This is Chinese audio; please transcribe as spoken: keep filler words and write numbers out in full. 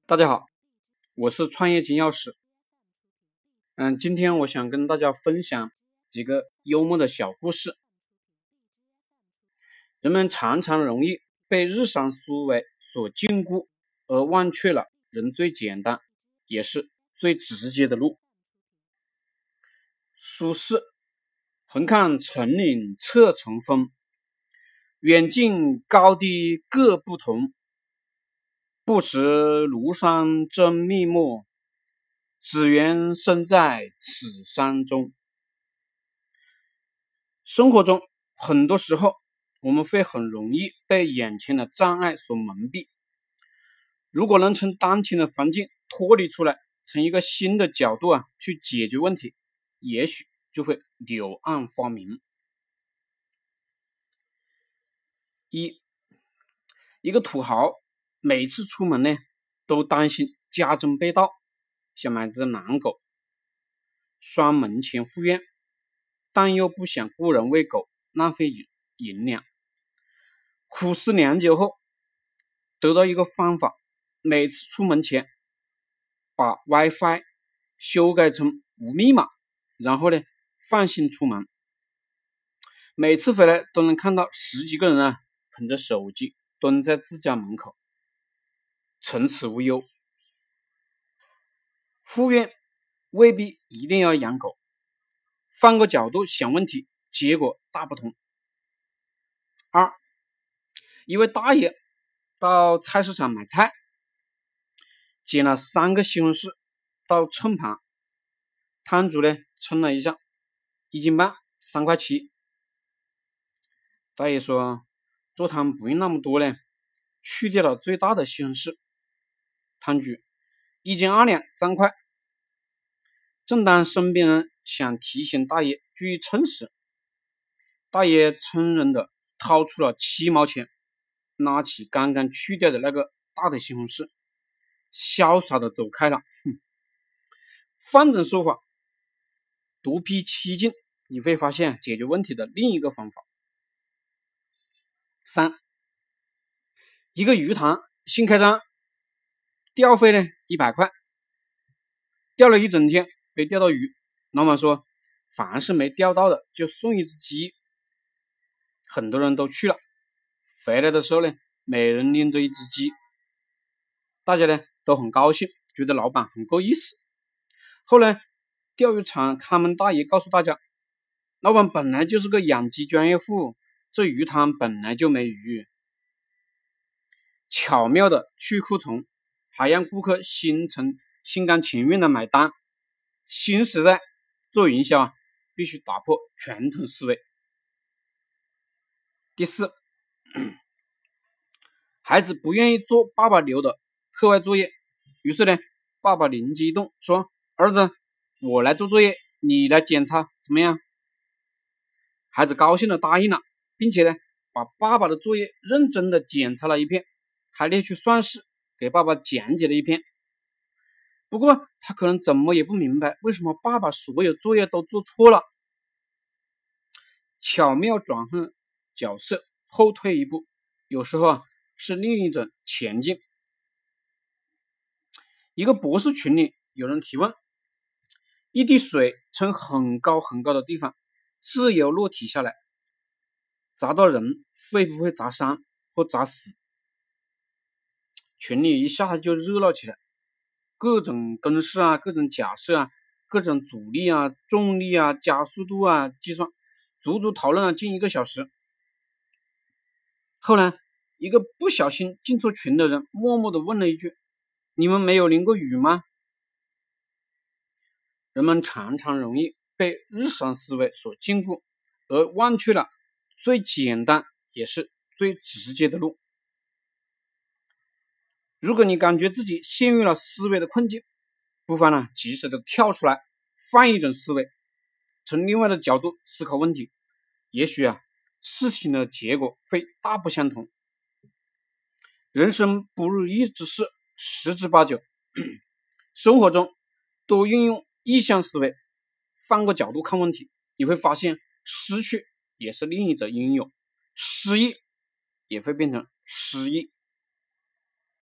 大家好，我是创业金钥匙。嗯，今天我想跟大家分享几个幽默的小故事。人们常常容易被日常思维所禁锢，而忘却了人最简单也是最直接的路。苏轼横看成岭侧成峰，远近高低各不同。不识庐山真面目，只缘身在此山中。生活中很多时候我们会很容易被眼前的障碍所蒙蔽，如果能从当前的环境脱离出来，从一个新的角度啊去解决问题，也许就会柳暗花明。一一个土豪每次出门呢都担心家中被盗，想买只狼狗拴门前护院，但又不想雇人喂狗浪费银两。苦思良久后得到一个方法，每次出门前把 WiFi 修改成无密码，然后呢放心出门，每次回来都能看到十几个人啊捧着手机蹲在自家门口，从此无忧。护院未必一定要养狗，换个角度想问题，结果大不同。二，一位大爷到菜市场买菜，捡了三个西红柿到称盘，摊主呢称了一下，一斤半三块七。大爷说做汤不用那么多呢，去掉了最大的西红柿。摊主一斤二两三块。正当身边人想提醒大爷注意称时，大爷嗔人的掏出了七毛钱，拿起刚刚去掉的那个大的西红柿，潇洒的走开了。哼，换种说法，独辟蹊径，你会发现解决问题的另一个方法。三，一个鱼塘新开张，钓费呢一百块，钓了一整天没钓到鱼，老板说凡是没钓到的就送一只鸡。很多人都去了，回来的时候呢每人拎着一只鸡，大家呢都很高兴，觉得老板很够意思。后来钓鱼场看门大爷告诉大家，老板本来就是个养鸡专业户，这鱼塘本来就没鱼。巧妙的去库存，还让顾客心诚心甘情愿的买单。新时代做营销啊，必须打破传统思维。第四，孩子不愿意做爸爸留的课外作业，于是呢爸爸灵机一动说，儿子我来做作业，你来检查怎么样？孩子高兴的答应了，并且呢把爸爸的作业认真的检查了一遍，还列举算式给爸爸讲解了一遍。不过他可能怎么也不明白为什么爸爸所有作业都做错了。巧妙转换角色，后退一步，有时候啊是另一种前进。一个博士群里有人提问，一滴水从很高很高的地方自由落体下来，砸到人会不会砸伤或砸死？群里一下就热闹起来，各种公式啊，各种假设啊，各种阻力啊，重力啊，加速度啊计算，足足讨论了近一个小时。后来一个不小心进错群的人默默地问了一句，你们没有淋过雨吗？人们常常容易被日常思维所禁锢，而忘却了最简单也是最直接的路。如果你感觉自己陷入了思维的困境，不妨呢及时的跳出来，换一种思维，从另外的角度思考问题，也许啊事情的结果会大不相同。人生不如意之事十之八九，生活中多运用意向思维，换个角度看问题，你会发现失去也是另一种拥有，失意也会变成诗意。